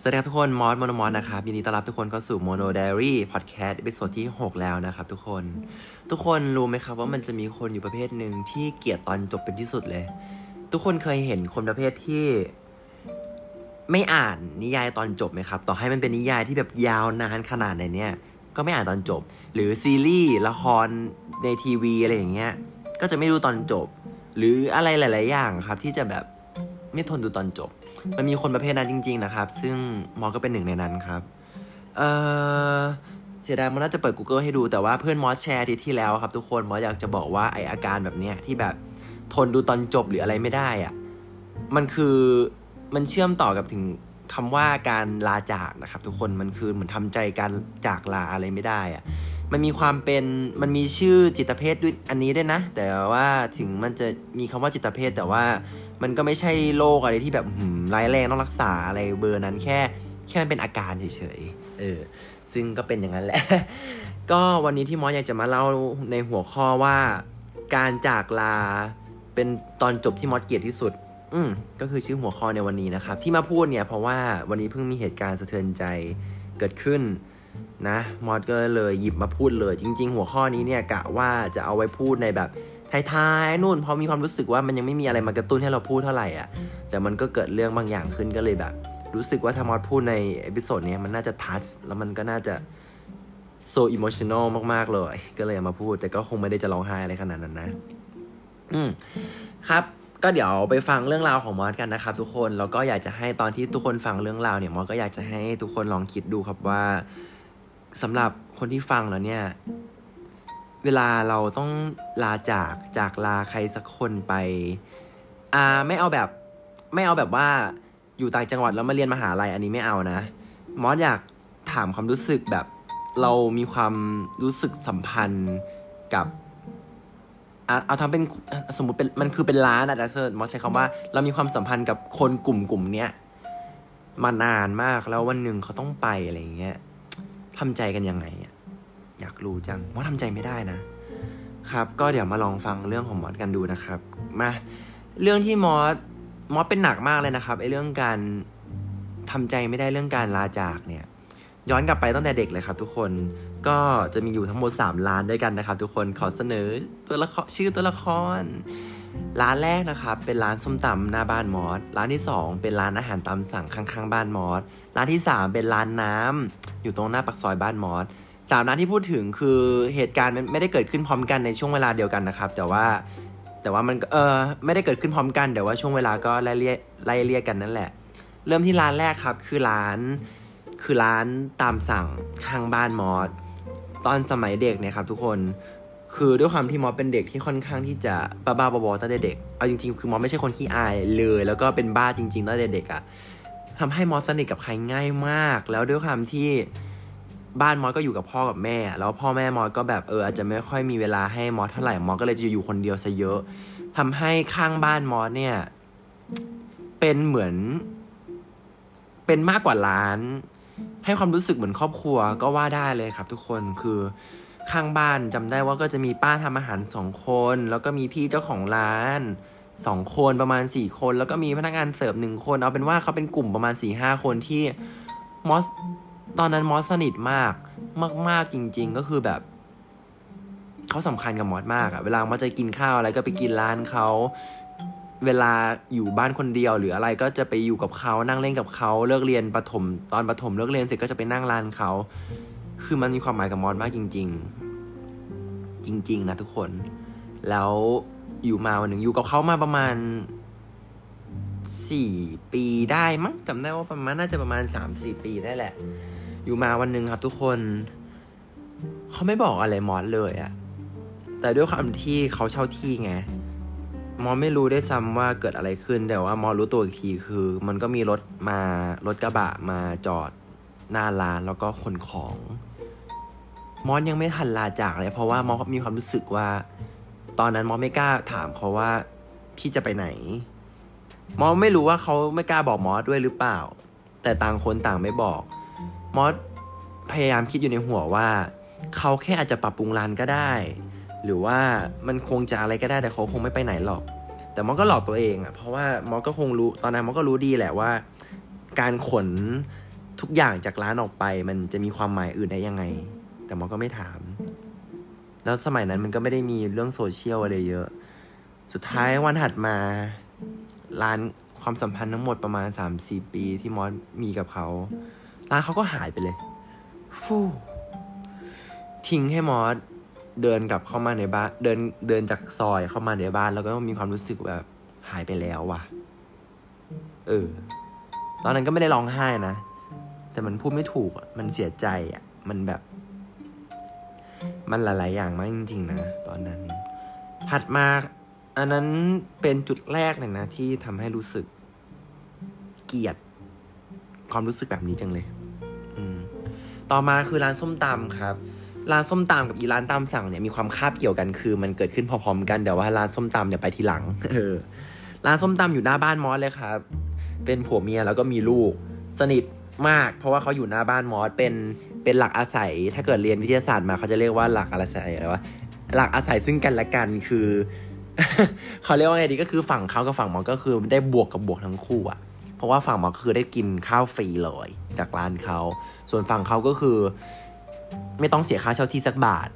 วัสดีครับทุกคนมอสโมโนมอสนะครับยินดีต้อนรับทุกคนเข้าสู่ Mono Diary Podcast ตอนที่6แล้วนะครับทุกคนรู้ไหมครับว่ามันจะมีคนอยู่ประเภทหนึ่งที่เกลียดตอนจบเป็นที่สุดเลยทุกคนเคยเห็นคนประเภทที่ไม่อ่านนิยายตอนจบไหมครับต่อให้มันเป็นนิยายที่แบบยาวนานขนาดไหนเนี่ยก็ไม่อ่านตอนจบหรือซีรีส์ละครในทีวีอะไรอย่างเงี้ยก็จะไม่รู้ตอนจบหรืออะไรหลายๆอย่างครับที่จะแบบไม่ทนดูตอนจบมันมีคนประเภทนั้นจริงๆนะครับซึ่งมอสก็เป็นหนึ่งในนั้นครับเสียดายมันน่าจะเปิด Google ให้ดูแต่ว่าเพื่อนมอสแชร์อาทิตย์ที่แล้วครับทุกคนมอสอยากจะบอกว่าไออาการแบบเนี้ยที่แบบทนดูตอนจบหรืออะไรไม่ได้อ่ะมันเชื่อมต่อกับถึงคำว่าการลาจากนะครับทุกคนมันคือเหมือนทำใจการจากลาอะไรไม่ได้อ่ะมันมีชื่อจิตเภทด้วยอันนี้ด้วยนะแต่ว่าถึงมันจะมีคำว่าจิตเภทแต่ว่ามันก็ไม่ใช่โรคอะไรที่แบบร้ายแรงต้องรักษาอะไรเบอร์นั้นแค่มันเป็นอาการเฉยๆซึ่งก็เป็นอย่างนั้นแหละ ก็วันนี้ที่มอสอยากจะมาเล่าในหัวข้อว่าการจากลาเป็นตอนจบที่มอสเกลียดที่สุดก็คือชื่อหัวข้อในวันนี้นะครับที่มาพูดเนี่ยเพราะว่าวันนี้เพิ่งมีเหตุการณ์สะเทือนใจเกิดขึ้นนะมอสก็เลยหยิบมาพูดเลยจริงๆหัวข้อนี้เนี่ยกะว่าจะเอาไว้พูดในแบบท้ายๆนู่นเพราะมีความรู้สึกว่ามันยังไม่มีอะไรมากระตุ้นให้เราพูดเท่าไหร่อ่ะแต่มันก็เกิดเรื่องบางอย่างขึ้นก็เลยแบบรู้สึกว่าถ้ามอสพูดในเอพิโซดนี้มันน่าจะทัชแล้วมันก็น่าจะso emotional มากๆเลยก็เลยเอามาพูดแต่ก็คงไม่ได้จะร้องไห้อะไรขนาดนั้นนะครับก็เดี๋ยวไปฟังเรื่องราวของมอสกันนะครับทุกคนแล้วก็อยากจะให้ตอนที่ทุกคนฟังเรื่องราวเนี่ยมอสก็อยากจะให้ทุกคนลองคิดดูครับว่าสำหรับคนที่ฟังแล้วเนี่ยเวลาเราต้องลาจากลาใครสักคนไปไม่เอาแบบว่าอยู่ต่างจังหวัดแล้วมาเรียนมหาลัยอันนี้ไม่เอานะมอสอยากถามความรู้สึกแบบเรามีความรู้สึกสัมพันธ์กับเอาทำเป็นสมมุติเป็นมันคือเป็นร้านอะแต่มอสใช้คำว่าเรามีความสัมพันธ์กับคนกลุ่มเนี้ยมานานมากแล้ววันหนึ่งเขาต้องไปอะไรอย่างเงี้ยทำใจกันยังไงอะอยากรู้จังมอสทำใจไม่ได้นะครับก็เดี๋ยวมาลองฟังเรื่องของมอสกันดูนะครับมาเรื่องที่มอสเป็นหนักมากเลยนะครับไอ้เรื่องการทำใจไม่ได้เรื่องการลาจากเนี่ยย้อนกลับไปตั้งแต่เด็กเลยครับทุกคนก็จะมีอยู่ทั้งหมด3ร้านด้วยกันนะครับทุกคนขอเสนอชื่อตัวละครร้านแรกนะครับเป็นร้านส้มตำหน้าบ้านมอสร้านที่2เป็นร้านอาหารตามสั่งข้างๆบ้านมอสร้านที่3เป็นร้านน้ำอยู่ตรงหน้าปากซอยบ้านมอส3ร้านที่พูดถึงคือเหตุการณ์มันไม่ได้เกิดขึ้นพร้อมกันในช่วงเวลาเดียวกันนะครับแต่ว่ามันไม่ได้เกิดขึ้นพร้อมกันแต่ว่าช่วงเวลาก็ไล่เรียกกันนั่นแหละเริ่มที่ร้านแรกครับคือร้านตามสั่งข้างบ้านมอสตอนสมัยเด็กเนี่ยครับทุกคนคือด้วยความที่มอสเป็นเด็กที่ค่อนข้างที่จะบ้าๆบอๆตั้งแต่เด็กเอาจริงๆคือมอสไม่ใช่คนขี้อายเลยแล้วก็เป็นบ้าจริงๆตั้งแต่เด็กอ่ะทำให้มอสสนิทกับใครง่ายมากแล้วด้วยความที่บ้านมอสก็อยู่กับพ่อกับแม่แล้วพ่อแม่มอสก็แบบอาจจะไม่ค่อยมีเวลาให้มอสเท่าไหร่มอสก็เลยจะอยู่คนเดียวซะเยอะทำให้ข้างบ้านมอสเนี่ยเป็นเหมือนเป็นมากกว่าร้านให้ความรู้สึกเหมือนครอบครัวก็ว่าได้เลยครับทุกคนคือข้างบ้านจำได้ว่าก็จะมีป้าทำอาหาร2คนแล้วก็มีพี่เจ้าของร้าน2คนประมาณ4คนแล้วก็มีพนักงานเสิร์ฟ1คนเอาเป็นว่าเขาเป็นกลุ่มประมาณ 4-5 คนที่มอสตอนนั้นมอสสนิทมากจริงๆก็คือแบบเขาสำคัญกับมอสมากอะเวลามอสจะกินข้าวอะไรก็ไปกินร้านเขาเวลาอยู่บ้านคนเดียวหรืออะไรก็จะไปอยู่กับเขานั่งเล่นกับเขาเลิกเรียนตอนประถมเลิกเรียนเสร็จก็จะไปนั่งร้านเขาคือมันมีความหมายกับมอสมากจริงๆนะทุกคนแล้วอยู่มาวันหนึ่งอยู่กับเขามาประมาณ4 ปีได้มั้งจำได้ว่าประมาณน่าจะประมาณ 3-4 ปีได้แหละอยู่มาวันหนึ่งครับทุกคนเขาไม่บอกอะไรมอสเลยอะแต่ด้วยความที่เขาเช่าที่ไงมอไม่รู้ได้ซ้ำว่าเกิดอะไรขึ้นแต่ว่ามอรู้ตัวอีกทีคือมันก็มีรถกระบะมาจอดหน้าร้านแล้วก็ขนของมอยังไม่ทันลาจากเลยเพราะว่ามอมีความรู้สึกว่าตอนนั้นมอไม่กล้าถามเขาว่าพี่จะไปไหนมอไม่รู้ว่าเขาไม่กล้าบอกมอด้วยหรือเปล่าแต่ต่างคนต่างไม่บอกมอพยายามคิดอยู่ในหัวว่าเขาแค่อาจจะปรับปรุงร้านก็ได้หรือว่ามันคงจะอะไรก็ได้แต่เขาคงไม่ไปไหนหรอกแต่มอก็หลอกตัวเองอ่ะเพราะว่ามอก็คงรู้ตอนนั้นมอก็รู้ดีแหละว่าการขนทุกอย่างจากร้านออกไปมันจะมีความหมายอื่นได้ยังไงแต่มอก็ไม่ถามแล้วสมัยนั้นมันก็ไม่ได้มีเรื่องโซเชียลอะไรเยอะสุดท้ายวันถัดมาร้านความสัมพันธ์ทั้งหมดประมาณ 3-4 ปีที่มอสมีกับเขาร้านเขาก็หายไปเลยฟู่ทิ้งให้มอสเดินกลับเข้ามาในบ้านเดินจากซอยเข้ามาในบ้านแล้วก็มีความรู้สึกแบบหายไปแล้วว่ะตอนนั้นก็ไม่ได้ร้องไห้นะแต่มันพูดไม่ถูกอ่ะมันเสียใจอ่ะมันแบบมันหลายๆอย่างมากจริงๆนะตอนนั้นถัดมาอันนั้นเป็นจุดแรกเลยนะที่ทำให้รู้สึกเกลียดความรู้สึกแบบนี้จังเลยต่อมาคือร้านส้มตำครับร้านส้มตำกับร้านตามสั่งเนี่ยมีความคาบเกี่ยวกันคือมันเกิดขึ้นพร้อมๆกันแต่ว่าร้านส้มตำเนี่ยไปทีหลังร้านส้มตำอยู่หน้าบ้านมอสเลยครับเป็นผัวเมียแล้วก็มีลูกสนิทมากเพราะว่าเขาอยู่หน้าบ้านมอสเป็นหลักอาศัยถ้าเกิดเรียนวิทยาศาสตร์มาเขาจะเรียกว่าหลักอาศัยอะไรวะหลักอาศัยซึ่งกันและกันคือ เขาเรียกว่าไงดีก็คือฝั่งเขากับฝั่งมอสก็คือได้บวกกับบวกทั้งคู่อ่ะเพราะว่าฝั่งมอสก็คือได้กินข้าวฟรีเลยจากร้านเขาส่วนฝั่งเขาก็คือไม่ต้องเสียค่าเช่าที่สักบาท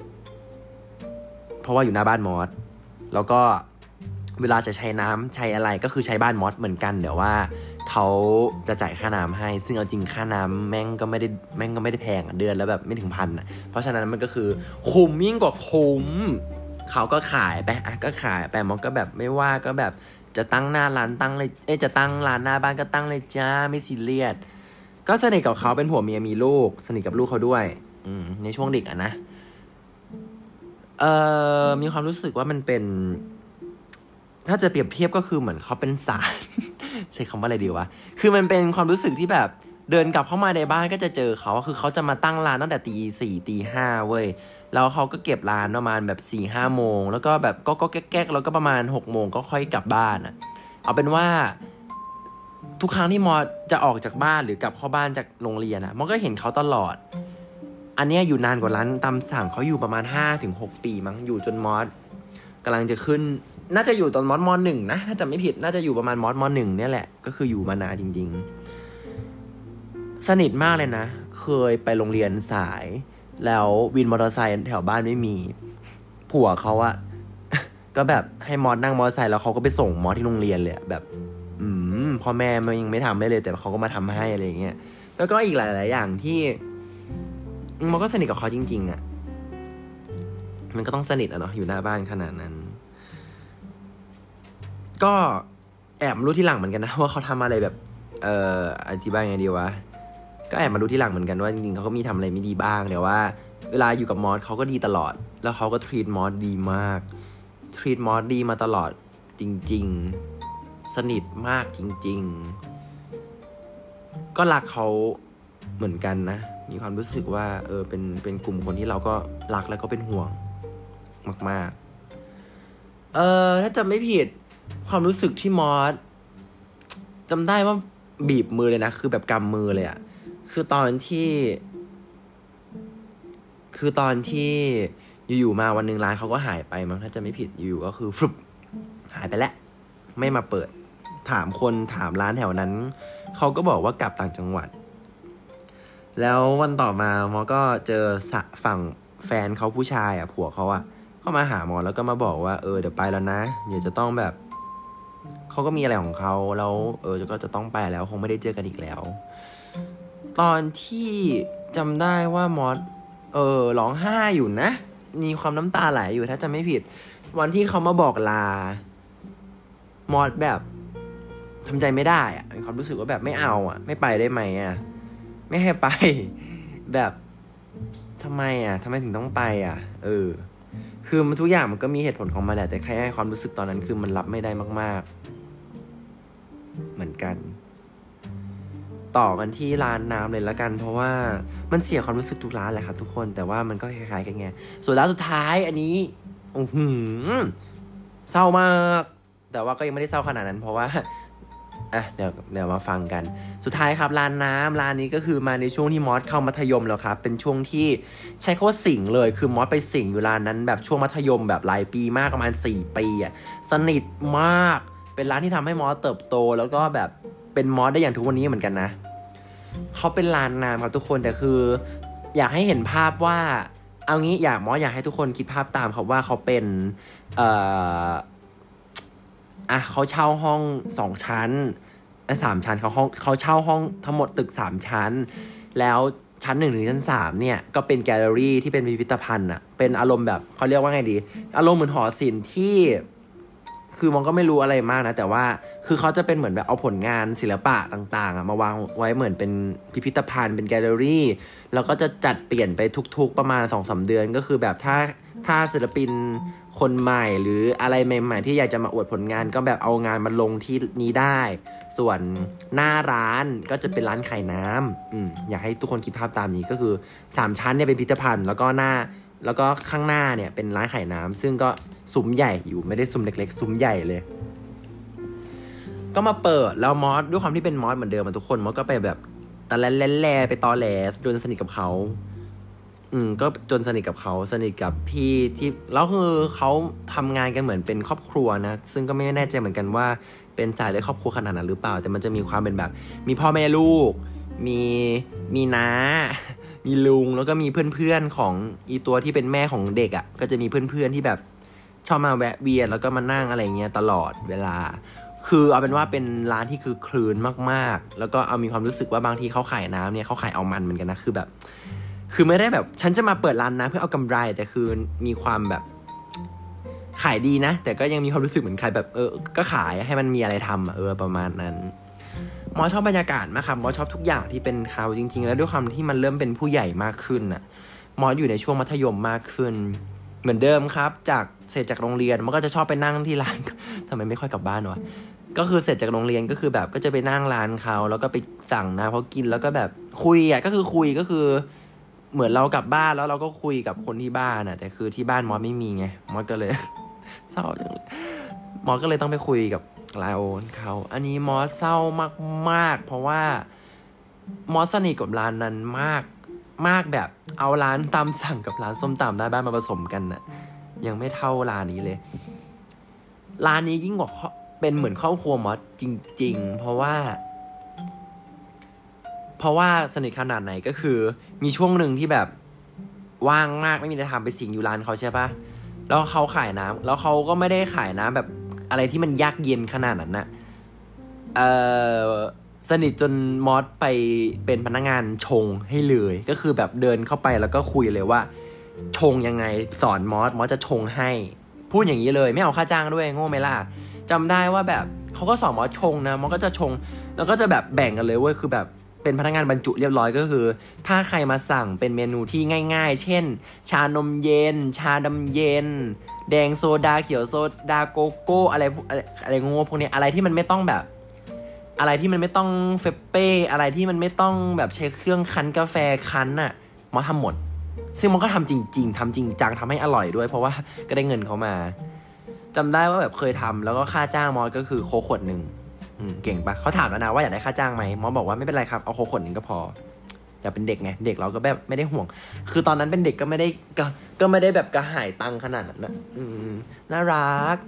เพราะว่าอยู่หน้าบ้านมอสแล้วก็เวลาจะใช้น้ำใช้อะไรก็คือใช้บ้านมอสเหมือนกันเดี๋ยวว่าเขาจะจ่ายค่าน้ำให้ซึ่งเอาจริงค่าน้ำแม่งก็ไม่ได้แพงเดือนแล้วแบบไม่ถึง1,000เพราะฉะนั้นมันก็คือคุ้มยิ่งกว่าคุ้มเขาก็ขายไปก็ขายไปมอสก็แบบไม่ว่าก็แบบจะตั้งหน้าร้านตั้งเลยจะตั้งร้านหน้าบ้านก็ตั้งเลยจ้าไม่ซีเรียสก็สนิทกับเขาเป็นผัวเมียมีลูกสนิทกับลูกเขาด้วยในช่วงเด็กนะมีความรู้สึกว่ามันเป็นถ้าจะเปรียบเทียบก็คือเหมือนเขาเป็นสาร ใช้คำว่าอะไรดีวะคือมันเป็นความรู้สึกที่แบบเดินกลับเข้ามาในบ้านก็จะเจอเขาคือเขาจะมาตั้งร้านตั้งแต่ 4:00 5:00เว้ยแล้วเขาก็เก็บร้านประมาณแบบ 4-5 โมงแล้วก็แบบก็แก๊กแล้วก็ประมาณ 6 โมงก็ค่อยกลับบ้านเอาเป็นว่าทุกครั้งที่มอสจะออกจากบ้านหรือกลับเข้าบ้านจากโรงเรียนมอสก็เห็นเขาตลอดอันนี้อยู่นานกว่าร้านตามสั่งเขาอยู่ประมาณ 5-6 ปีมั้งอยู่จนมอสกำลังจะขึ้นน่าจะอยู่ตอนมอสม.1 นะถ้าจำไม่ผิดน่าจะอยู่ประมาณมอสม.1 เนี่ยแหละก็คืออยู่มานานจริงๆสนิทมากเลยนะเคยไปโรงเรียนสายแล้ววินมอเตอร์ไซค์แถวบ้านไม่มีผัวเขาก็แบบให้มอสนั่งมอเตอร์ไซค์แล้วเขาก็ไปส่งมอสที่โรงเรียนเลยแบบพ่อแม่มันยังไม่ทำได้เลยแต่เขาก็มาทำให้อะไรอย่างเงี้ยแล้วก็อีกหลายๆอย่างที่มันก็สนิทกับเขาจริงๆมันก็ต้องสนิทเนาะอยู่หน้าบ้านขนาดนั้นก็แอบรู้ที่หลังเหมือนกันนะว่าเขาทำอะไรแบบอธิบายไงดีวะก็แอบมารู้ที่หลังเหมือนกันว่าจริงๆเขาก็มีทำอะไรไม่ดีบ้างแต่ว่าเวลาอยู่กับมอสเขาก็ดีตลอดแล้วเขาก็ทรีตมอสดีมากทรีตมอสดีมาตลอดจริงๆสนิทมากจริงๆก็รักเขาเหมือนกันนะมีความรู้สึกว่าเป็นกลุ่มคนที่เราก็รักแล้วก็เป็นห่วงมากๆถ้าจำไม่ผิดความรู้สึกที่มอสจำได้ว่าบีบมือเลยนะคือแบบกำมือเลยคือตอนที่อยู่ๆมาวันนึงร้านเขาก็หายไปมั้งถ้าจะไม่ผิดอยู่ก็คือฟึบหายไปแล้วไม่มาเปิดถามร้านแถวนั้นเขาก็บอกว่ากลับต่างจังหวัดแล้ววันต่อมามอก็เจอฝั่งแฟนเขาผู้ชายผัวเขาเข้ามาหามอแล้วก็มาบอกว่าเดี๋ยวไปแล้วนะเดี๋ยวจะต้องแบบเขาก็มีอะไรของเขาแล้วก็จะต้องไปแล้วคงไม่ได้เจอกันอีกแล้วตอนที่จำได้ว่ามอสร้องไห้อยู่นะมีความน้ำตาไหลอยู่ถ้าจำไม่ผิดวันที่เขามาบอกลามอสแบบทำใจไม่ได้มีความรู้สึกว่าแบบไม่เอาไม่ไปได้ไหมไม่ให้ไปแบบทำไมถึงต้องไปคือมันทุกอย่างมันก็มีเหตุผลของมันแหละแต่แค่ความรู้สึกตอนนั้นคือมันรับไม่ได้มากๆเหมือนกันต่อกันที่ร้านน้ำเลยละกันเพราะว่ามันเสียความรู้สึกทุกร้านแหละครับทุกคนแต่ว่ามันก็คล้ายๆกันไงส่วนร้านสุดท้ายอันนี้เศร้ามากแต่ว่าก็ยังไม่ได้เศร้าขนาดนั้นเพราะว่าเดี๋ยวมาฟังกันสุดท้ายครับร้านนี้ก็คือมาในช่วงที่มอสเข้ามัธยมแล้วครับเป็นช่วงที่ใช้คำว่าสิงเลยคือมอสไปสิงอยู่ร้านนั้นแบบช่วงมัธยมแบบหลายปีมากประมาณ4 ปีสนิทมากเป็นร้านที่ทำให้มอสเติบโตแล้วก็แบบเป็นมอสได้อย่างทุกวันนี้เหมือนกันนะเขาเป็นร้านน้ำครับทุกคนแต่คืออยากให้เห็นภาพว่าเอางี้อยากให้ทุกคนคิดภาพตามครับว่าเขาเป็นเอ่อเขาเช่าห้อง2 ชั้น3 ชั้นเขาเช่าห้องทั้งหมดตึก3 ชั้นแล้วชั้น1ถึงชั้น3เนี่ยก็เป็นแกลเลอรี่ที่เป็นพิพิธภัณฑ์อ่ะเป็นอารมณ์แบบเขาเรียกว่าไงดีอารมณ์เหมือนหอศิลป์ที่คือมองก็ไม่รู้อะไรมากนะแต่ว่าคือเขาจะเป็นเหมือนแบบเอาผลงานศิลปะต่างๆมาวางไว้เหมือนเป็นพิพิธภัณฑ์เป็นแกลเลอรี่แล้วก็จะจัดเปลี่ยนไปทุกๆประมาณ 2-3 เดือนก็คือแบบถ้าศิลปินคนใหม่หรืออะไรใหม่ๆที่อยากจะมาอวดผลงานก็แบบเอางานมาลงที่นี้ได้ส่วนหน้าร้านก็จะเป็นร้านขายน้ำอยากให้ทุกคนคิดภาพตามนี้ก็คือ3 ชั้นเนี่ยเป็นพิพิธภัณฑ์แล้วก็ข้างหน้าเนี่ยเป็นร้านขายน้ำซึ่งก็ซุ้มใหญ่อยู่ไม่ได้ซุ้มเล็กๆซุ้มใหญ่เลยก็มาเปิดแล้วมอสด้วยความที่เป็นมอสเหมือนเดิมทุกคนมอสก็ไปแบบตะแลไปตอแหลจนสนิทกับเขาก็จนสนิทกับเขาสนิทกับพี่ที่แล้วคือเขาทำงานกันเหมือนเป็นครอบครัวนะซึ่งก็ไม่แน่ใจเหมือนกันว่าเป็นสายเลยครอบครัวขนาดนั้นหรือเปล่าแต่มันจะมีความเป็นแบบมีพ่อแม่ลูกมีน้ามีลุงแล้วก็มีเพื่อนๆของอีตัวที่เป็นแม่ของเด็กอ่ะก็จะมีเพื่อนๆที่แบบชอบมาแวะเวียนแล้วก็มานั่งอะไรเงี้ยตลอดเวลาคือเอาเป็นว่าเป็นร้านที่คือคลื่นมากๆแล้วก็เอามีความรู้สึกว่าบางทีเขาขายน้ำเนี่ยเขาขายเอามันเหมือนกันนะคือแบบคือไม่ได้แบบฉันจะมาเปิดร้านนะเพื่อเอากำไรแต่คือมีความแบบขายดีนะแต่ก็ยังมีความรู้สึกเหมือนขายแบบก็ขายให้มันมีอะไรทำประมาณนั้นมอชอบบรรยากาศมากครับมอชอบทุกอย่างที่เป็นเขาจริงๆแล้วด้วยความที่มันเริ่มเป็นผู้ใหญ่มากขึ้นน่ะมออยู่ในช่วงมัธยมมากขึ้นเหมือนเดิมครับเสร็จจากโรงเรียนมันก็จะชอบไปนั่งที่ร้าน ทำไมไม่ค่อยกลับบ้านวะก็คือเสร็จจากโรงเรียนก็คือแบบก็จะไปนั่งร้านเขาแล้วก็ไปสั่งน้ำเขากินแล้วก็แบบคุยก็คือเหมือนเรากลับบ้านแล้วเราก็คุยกับคนที่บ้านน่ะแต่คือที่บ้านมอสไม่มีไงมอสก็เลย เศร้าจังเลยมอสก็เลยต้องไปคุยกับไลโอนเขาอันนี้มอสเศร้ามากๆเพราะว่ามอสสนิทกับร้านนั้นมากแบบเอาร้านตามสั่งกับร้านส้มตำได้บ้านมาผสมกันน่ะยังไม่เท่าร้านนี้เลยร้านนี้ยิ่งกว่าเป็นเหมือนครอบครัวมอสจริงๆเพราะว่าสนิทขนาดไหนก็คือมีช่วงหนึ่งที่แบบว่างมากไม่มีอะไรทำไปสิงอยู่ร้านเขาใช่ปะแล้วเขาขายน้ำแล้วเขาก็ไม่ได้ขายน้ำแบบอะไรที่มันยากเย็นขนาดนั้นนะสนิทจนมอสไปเป็นพนักงานชงให้เลยก็คือแบบเดินเข้าไปแล้วก็คุยเลยว่าชงยังไงสอนมอสจะชงให้พูดอย่างนี้เลยไม่เอาค่าจ้างด้วยโง่ไหมล่ะจำได้ว่าแบบเขาก็สอนมอสชงนะมอสก็จะชงแล้วก็จะแบบแบ่งกันเลยเว้ยคือแบบเป็นพนักงานบรรจุเรียบร้อยก็คือถ้าใครมาสั่งเป็นเมนูที่ง่ายๆเช่นชานมเย็นชาดำเย็นแดงโซดาเขียวโซดาโกโก้อะไรงงพวกนี้อะไรที่มันไม่ต้องแบบอะไรที่มันไม่ต้องเฟปเป้อะไรที่มันไม่ต้องแบบใช้เครื่องคั้นกาแฟคั้นน่ะมอสทำหมดซึ่งมันก็ทำจริงๆทำจริงจังทำให้อร่อยด้วยเพราะว่าก็ได้เงินเขามาจำได้ว่าแบบเคยทำแล้วก็ค่าจ้างมอสก็คือโค้กขวดหนึ่งเก่งปะเขาถามแล้วนะว่าอยากได้ค่าจ้างไหมมอสบอกว่าไม่เป็นไรครับเอาโค้กขวดหนึ่งก็พออย่าเป็นเด็กไงเด็กเราก็แบบไม่ได้ห่วงคือตอนนั้นเป็นเด็กก็ไม่ได้แบบกระหายตังขนาดนั้นนะน่ารัก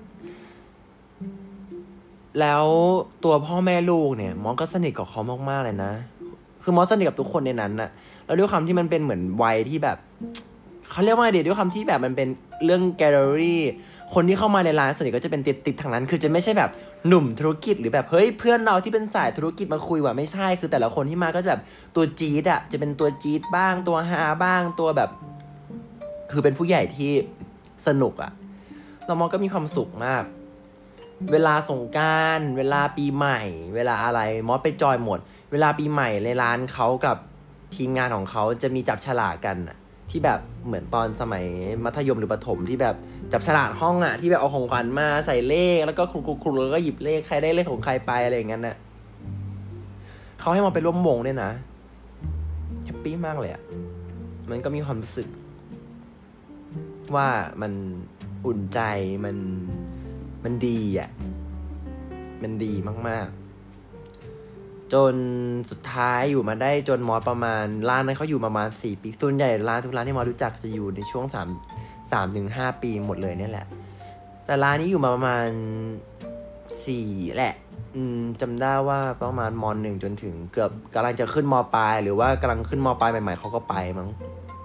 แล้วตัวพ่อแม่ลูกเนี่ยมอสก็สนิทกับเขามากๆเลยนะคือมอสสนิทกับทุกคนในนั้นน่ะแล้วด้วยความที่มันเป็นเหมือนวัยที่แบบเขาเรียกว่าไงดีด้วยความที่แบบมันเป็นเรื่องแกลเลอรี่คนที่เข้ามาในร้านส่วนใหญ่ก็จะเป็นติดทางนั้นคือจะไม่ใช่แบบหนุ่มธุรกิจหรือแบบเฮ้ยเพื่อนเราที่เป็นสายธุรกิจมาคุยว่ะไม่ใช่คือแต่ละคนที่มาก็จะแบบตัวจี๊ดจะเป็นตัวจี๊ดบ้างตัวฮาบ้างตัวแบบคือเป็นผู้ใหญ่ที่สนุกแล้วมอสก็มีความสุขมากเวลาสงกรานต์เวลาปีใหม่เวลาอะไรมอสไปจอยหมดเวลาปีใหม่ในร้านเขากับทีมงานของเขาจะมีจับฉลากกันที่แบบเหมือนตอนสมัยมัธยมหรือประถมที่แบบจับฉลากห้องที่แบบเอาของขวัญมาใส่เลขแล้วก็ครูแล้วก็หยิบเลขใครได้เลขของใครไปอะไรอย่างนั้นเขาให้มอสไปร่วมวงด้วยนะแฮปปี้มากเลยมันก็มีความรู้สึกว่ามันอุ่นใจมันดีมันดีมากๆจนสุดท้ายอยู่มาได้จนมอสประมาณร้านนั้นเขาอยู่ประมาณ4 ปีส่วนใหญ่ร้านทุกร้านที่มอสรู้จักจะอยู่ในช่วง3 ถึง 5 ปีหมดเลยเนี่ยแหละแต่ร้านนี้อยู่มาประมาณ 4แหละจำได้ว่าประมาณม.1 จนถึงเกือบกำลังจะขึ้นม.ปลายหรือว่ากำลังขึ้นม.ปลายใหม่ๆเขาก็ไปมั้ง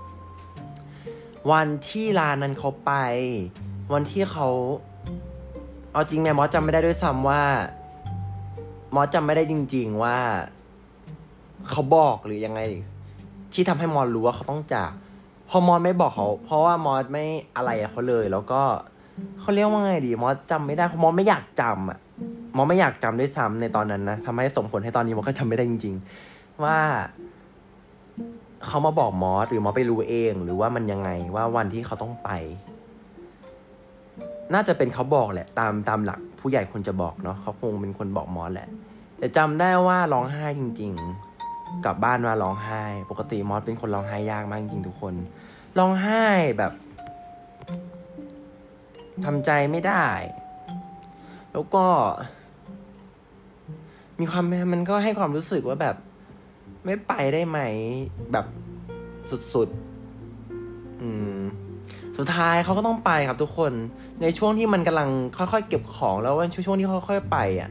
วันที่ร้านนั้นเขาไปวันที่เขาเอาจริงแม่มอสจำไม่ได้ด้วยซ้ำว่ามอสจำไม่ได้จริงๆว่าเขาบอกหรือยังไงที่ทำให้มอสรู้ว่าเขาต้องจากพอมอสไม่บอกเขาเพราะว่ามอสไม่อะไรเขาเลยแล้วก็เขาเรียกว่าไงดีมอสจำไม่ได้มอสไม่อยากจำอ่ะมอสไม่อยากจำด้วยซ้ำในตอนนั้นนะทำให้ส่งผลให้ตอนนี้มอสก็จำไม่ได้จริงๆว่าเขามาบอกมอสหรือมอสไปรู้เองหรือว่ามันยังไงว่าวันที่เขาต้องไปน่าจะเป็นเขาบอกแหละตามหลักผู้ใหญ่ควรจะบอกเนาะเขาคงเป็นคนบอกมอสแหละแต่จำได้ว่าร้องไห้จริงๆกลับบ้านมาร้องไห้ปกติมอสเป็นคนร้องไห้ยากมากจริงๆทุกคนร้องไห้แบบทำใจไม่ได้แล้วก็มีความมันก็ให้ความรู้สึกว่าแบบไม่ไปได้ไหมแบบสุดๆสุดท้ายเขาก็ต้องไปครับทุกคนในช่วงที่มันกำลังค่อยๆเก็บของแล้วว่าช่วงที่ค่อยๆไปอ่ะ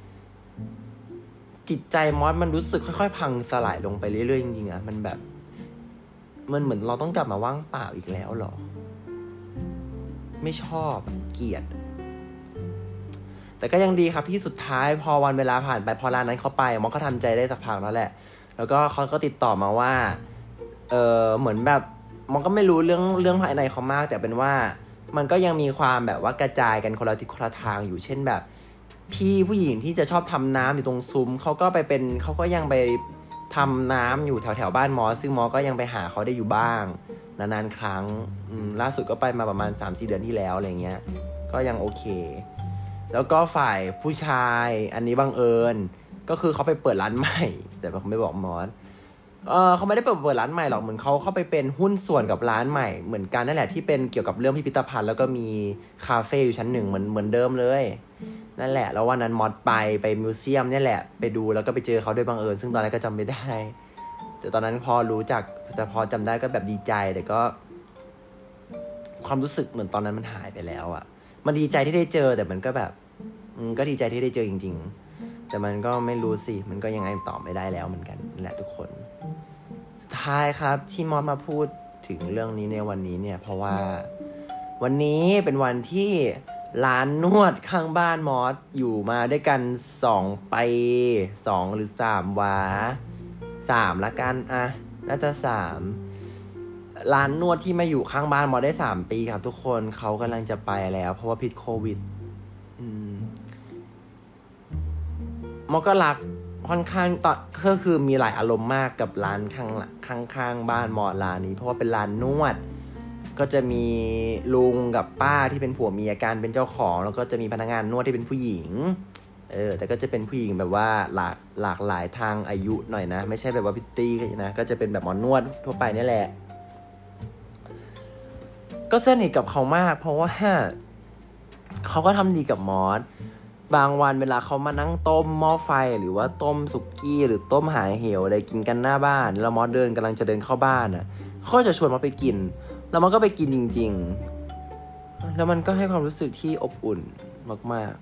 จิตใจมอสมันรู้สึกค่อยๆพังสลายลงไปเรื่อยๆจริงๆอ่ะมันแบบมันเหมือนเราต้องกลับมาว่างเปล่าอีกแล้วหรอไม่ชอบเกลียดแต่ก็ยังดีครับที่สุดท้ายพอวันเวลาผ่านไปพอร้านนั้นเขาไปมอสก็ทำใจได้สักพักแล้วแหละแล้วก็เขาก็ติดต่อมาว่าเหมือนแบบมันก็ไม่รู้เรื่องภายในเขามากแต่เป็นว่ามันก็ยังมีความแบบว่ากระจายกันคนละทิศคนละทางอยู่เช่นแบบพี่ผู้หญิงที่จะชอบทำน้ำอยู่ตรงซุ้มเขาก็ยังไปทำน้ำอยู่แถวบ้านมอซึ่งมอก็ยังไปหาเขาได้อยู่บ้างนานๆครั้งล่าสุดก็ไปมาประมาณ 3-4 เดือนที่แล้วอะไรเงี้ยก็ยังโอเคแล้วก็ฝ่ายผู้ชายอันนี้บังเอิญก็คือเขาไปเปิดร้านใหม่แต่เขาไม่บอกมอสเขาไม่ได้เปิดร้านใหม่หรอกเหมือนเขาเข้าไปเป็นหุ้นส่วนกับร้านใหม่เหมือนกันนั่นแหละที่เป็นเกี่ยวกับเรื่องพิพิธภัณฑ์แล้วก็มีคาเฟ่อยู่ชั้น 1เหมือนเดิมเลยนั่นแหละแล้ววันนั้นมอสไปมิวเซียมนี่แหละไปดูแล้วก็ไปเจอเขาด้วยบังเอิญซึ่งตอนนั้นก็จำไม่ได้แต่ตอนนั้นพอรู้จักแต่พอจำได้ก็แบบดีใจแต่ก็ความรู้สึกเหมือนตอนนั้นมันหายไปแล้วอ่ะมันดีใจที่ได้เจอแต่มันก็แบบก็ดีใจที่ได้เจอจริงๆแต่มันก็ไม่รู้สิมันก็ยังไงต่อไม่ได้แล้วเหมือนกันแหละทุกคนสุดท้ายครับที่มอสมาพูดถึงเรื่องนี้ในวันนี้เนี่ยเพราะว่าวันนี้เป็นวันที่ร้านนวดข้างบ้านมอสอยู่มาด้วยกัน2 ปี2 หรือ 3 วะ3ละกันอะน่าจะ3ร้านนวดที่มาอยู่ข้างบ้านมอสได้3 ปีครับทุกคนเขากำลังจะไปแล้วเพราะว่าพิษโควิดมอสก็รักค่อนข้างก็คือมีหลายอารมณ์มากกับร้านข้างบ้านมอสร้านนี้เพราะว่าเป็นร้านนวดก็จะมีลุงกับป้าที่เป็นผัวเมียกันเป็นเจ้าของแล้วก็จะมีพนักงานนวดที่เป็นผู้หญิงแต่ก็จะเป็นผู้หญิงแบบว่าหลากหลายทางอายุหน่อยนะไม่ใช่แบบว่าพิตตี้นะก็จะเป็นแบบหมอนวดทั่วไปนี่แหละก็สนิทกับเขามากเพราะว่าเขาก็ทำดีกับมอสบางวันเวลาเขามานั่งต้มหม้อไฟหรือว่าต้มสุกี้หรือต้มหาเหวอะไรกินกันหน้าบ้านแล้วมอสกำลังจะเดินเข้าบ้านเขาจะชวนมอสไปกินแล้วมันก็ไปกินจริงๆแล้วมันก็ให้ความรู้สึกที่อบอุ่นมาก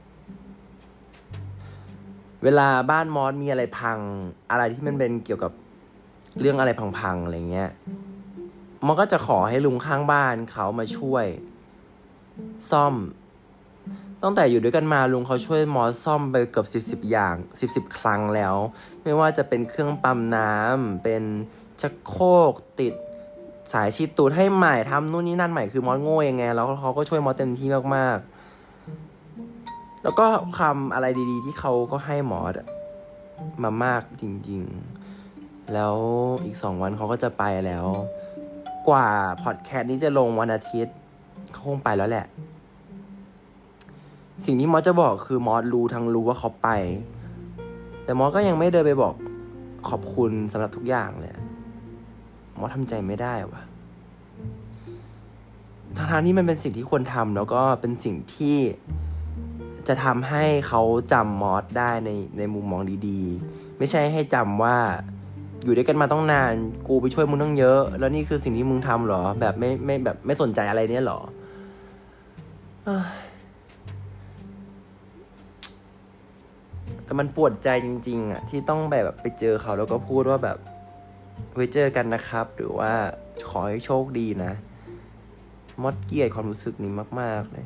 ๆเวลาบ้านมอสมีอะไรพังอะไรที่มันเป็นเกี่ยวกับเรื่องอะไรพังๆอะไรเงี้ยมอสก็จะขอให้ลุงข้างบ้านเขามาช่วยซ่อมตั้งแต่อยู่ด้วยกันมาลุงเขาช่วยมอสซ่อมไปเกือบ10อย่าง10ครั้งแล้วไม่ว่าจะเป็นเครื่องปั๊มน้ำเป็นชักโครกติดสายฉีดตูดให้ใหม่ทำนู่นนี่นั่นใหม่คือมอสโง่ยังไงแล้วเขาก็ช่วยมอสเต็มที่มากๆแล้วก็คำอะไรดีๆที่เขาก็ให้มอสมามากจริงๆแล้วอีก2 วันเขาก็จะไปแล้วกว่าพอดแคสต์นี้จะลงวันอาทิตย์เขาคงไปแล้วแหละสิ่งที่มอสจะบอกคือมอสรู้ว่าเขาไปแต่มอสก็ยังไม่เดินไปบอกขอบคุณสำหรับทุกอย่างเลยมอสทำใจไม่ได้ว่ะทางที่มันเป็นสิ่งที่ควรทำแล้วก็เป็นสิ่งที่จะทำให้เขาจำมอสได้ในมุมมองดีๆไม่ใช่ให้จำว่าอยู่ด้วยกันมาต้องนานกูไปช่วยมึงตั้งเยอะแล้วนี่คือสิ่งที่มึงทำหรอแบบไม่แบบไม่สนใจอะไรเนี่ยหรอแต่มันปวดใจจริงๆอ่ะที่ต้องแบบไปเจอเขาแล้วก็พูดว่าแบบไว้เจอกันนะครับหรือว่าขอให้โชคดีนะมดเกลียดความรู้สึกนี้มากๆเลย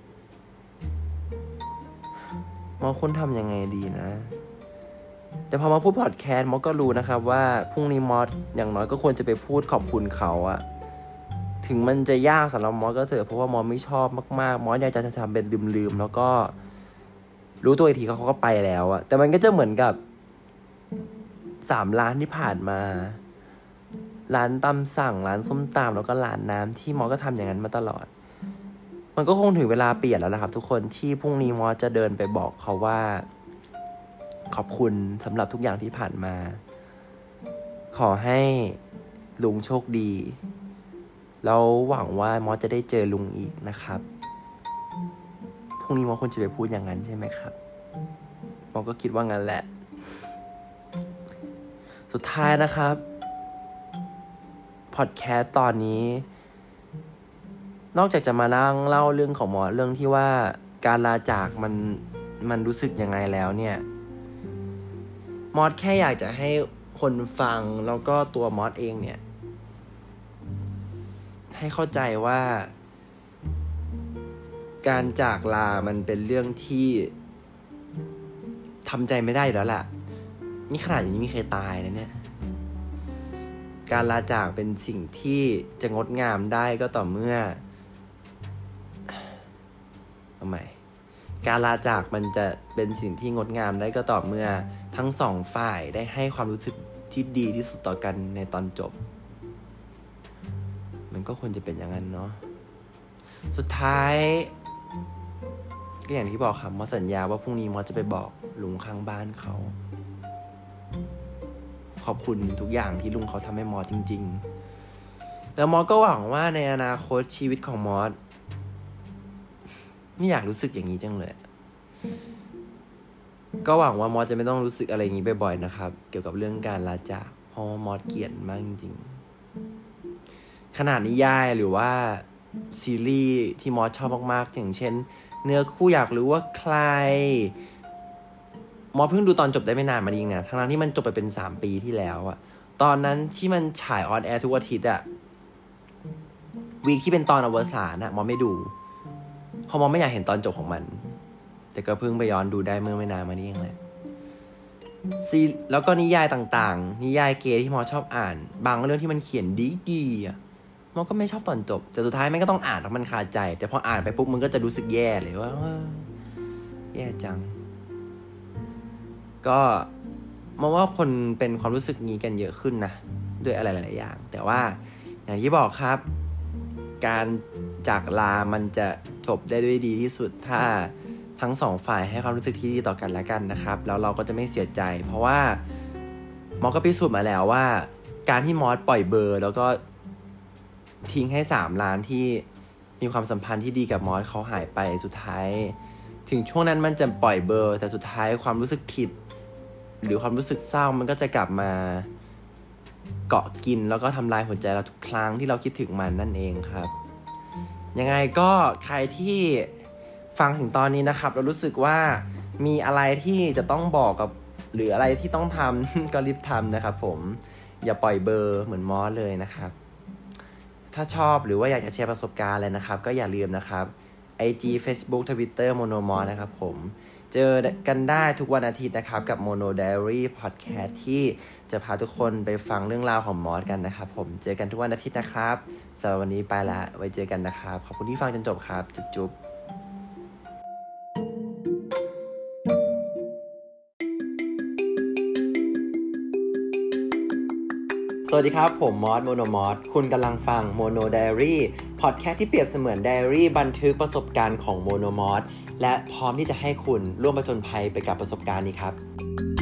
มดคุณทำยังไงดีนะแต่พอมาพูดพอดแคสต์มดก็รู้นะครับว่าพรุ่งนี้มดอย่างน้อยก็ควรจะไปพูดขอบคุณเขาอะถึงมันจะยากสำหรับมดก็เถอะเพราะว่ามดไม่ชอบมากๆมดอยากจะทำเป็นลืมๆแล้วก็รู้ตัวอีกทีเขาก็ไปแล้วอะแต่มันก็จะเหมือนกับ3 ร้านที่ผ่านมาร้านตำสั่งร้านส้มตำแล้วก็ร้านน้ำที่มอสก็ทำอย่างนั้นมาตลอดมันก็คงถึงเวลาเปลี่ยนแล้วนะครับทุกคนที่พรุ่งนี้มอสจะเดินไปบอกเขาว่าขอบคุณสำหรับทุกอย่างที่ผ่านมาขอให้ลุงโชคดีแล้วหวังว่ามอสจะได้เจอลุงอีกนะครับพรุ่งนี้มอสควรจะไปพูดอย่างนั้นใช่ไหมครับมอสก็คิดว่างั้นแหละสุดท้ายนะครับพอดแคสต์ตอนนี้นอกจากจะมานั่งเล่าเรื่องของมอสเรื่องที่ว่าการลาจากมันรู้สึกยังไงแล้วเนี่ยมอสแค่อยากจะให้คนฟังแล้วก็ตัวมอสเองเนี่ยให้เข้าใจว่าการจากลามันเป็นเรื่องที่ทำใจไม่ได้อยู่แล้วล่ะนี่ขนาดยังไม่มีใครตายนะเนี่ยการลาจากเป็นสิ่งที่จะงดงามได้ก็ต่อเมื่อเอาใหม่การลาจากมันจะเป็นสิ่งที่งดงามได้ก็ต่อเมื่อทั้งสองฝ่ายได้ให้ความรู้สึกที่ดีที่สุดต่อกันในตอนจบมันก็ควรจะเป็นอย่างนั้นเนาะสุดท้ายก็อย่างที่บอกครับมอสัญญาว่าพรุ่งนี้มอจะไปบอกลุงข้างบ้านเขาขอบคุณทุกอย่างที่ลุงเขาทำให้มอสจริงๆแล้วมอสก็หวังว่าในอนาคตชีวิตของมอสไม่อยากรู้สึกอย่างนี้จังเลยก็หวังว่ามอสจะไม่ต้องรู้สึกอะไรอย่างนี้บ่อยๆนะครับเกี่ยวกับเรื่องการลาจากเพราะมอสเกลียดมากจริงๆขนาดนิยายหรือว่าซีรีส์ที่มอสชอบมากๆอย่างเช่นเนื้อคู่อยากรู้ว่าใครมอสเพิ่งดูตอนจบได้ไม่นานมาเองนะทั้งนั้นที่มันจบไปเป็น3 ปีที่แล้วอะตอนนั้นที่มันฉายออนแอร์ทุกอาทิตย์อะวีคที่เป็นตอนอวสานอะมอสไม่ดูเพราะมอสไม่อยากเห็นตอนจบของมันแต่ก็เพิ่งไปย้อนดูได้เมื่อไม่นานมานี้เองแหละแล้วก็นิยายต่างๆนิยายเกย์ที่มอสชอบอ่านบางเรื่องที่มันเขียนดีๆอะมอสก็ไม่ชอบตอนจบแต่สุดท้ายมันก็ต้องอ่านเพราะมันคาใจแต่พออ่านไปปุ๊บมันก็จะรู้สึกแย่เลยว่าแย่จังก็มองว่าคนเป็นความรู้สึกนี้กันเยอะขึ้นนะด้วยอะไรหลายๆอย่างแต่ว่าอย่างที่บอกครับการจากลามันจะจบได้ด้วยดีที่สุดถ้าทั้ง2 ฝ่ายให้ความรู้สึกที่ดีต่อกันและกันนะครับแล้วเราก็จะไม่เสียใจเพราะว่ามอสก็พิสูจน์มาแล้วว่าการที่มอสปล่อยเบอร์แล้วก็ทิ้งให้3 ล้านที่มีความสัมพันธ์ที่ดีกับมอสเขาหายไปสุดท้ายถึงช่วงนั้นมันจะปล่อยเบอร์แต่สุดท้ายความรู้สึกผิดหรือความรู้สึกเศร้ามันก็จะกลับมาเกาะกินแล้วก็ทำลายหัวใจเราทุกครั้งที่เราคิดถึงมันนั่นเองครับยังไงก็ใครที่ฟังถึงตอนนี้นะครับเรารู้สึกว่ามีอะไรที่จะต้องบอกกับหรืออะไรที่ต้องทำ ก็รีบทำนะครับผมอย่าปล่อยเบอร์เหมือนมอสเลยนะครับถ้าชอบหรือว่าอยากจะแชร์ประสบการณ์อะไรนะครับก็อย่าลืมนะครับ IG Facebook Twitter Monomod นะครับผมเจอกันได้ทุกวันอาทิตย์นะครับกับ Mono Diary Podcast ที่จะพาทุกคนไปฟังเรื่องราวของมอสกันนะครับผมเจอกันทุกวันอาทิตย์นะครับสำหรับวันนี้ไปละไว้เจอกันนะครับขอบคุณที่ฟังจนจบครับจุ๊บสวัสดีครับผมมอสโมโนมอสคุณกำลังฟัง Mono Diary Podcast ที่เปรียบเสมือนไดอารี่บันทึกประสบการณ์ของโมโนมอสและพร้อมที่จะให้คุณร่วมผจญภัยไปกับประสบการณ์นี้ครับ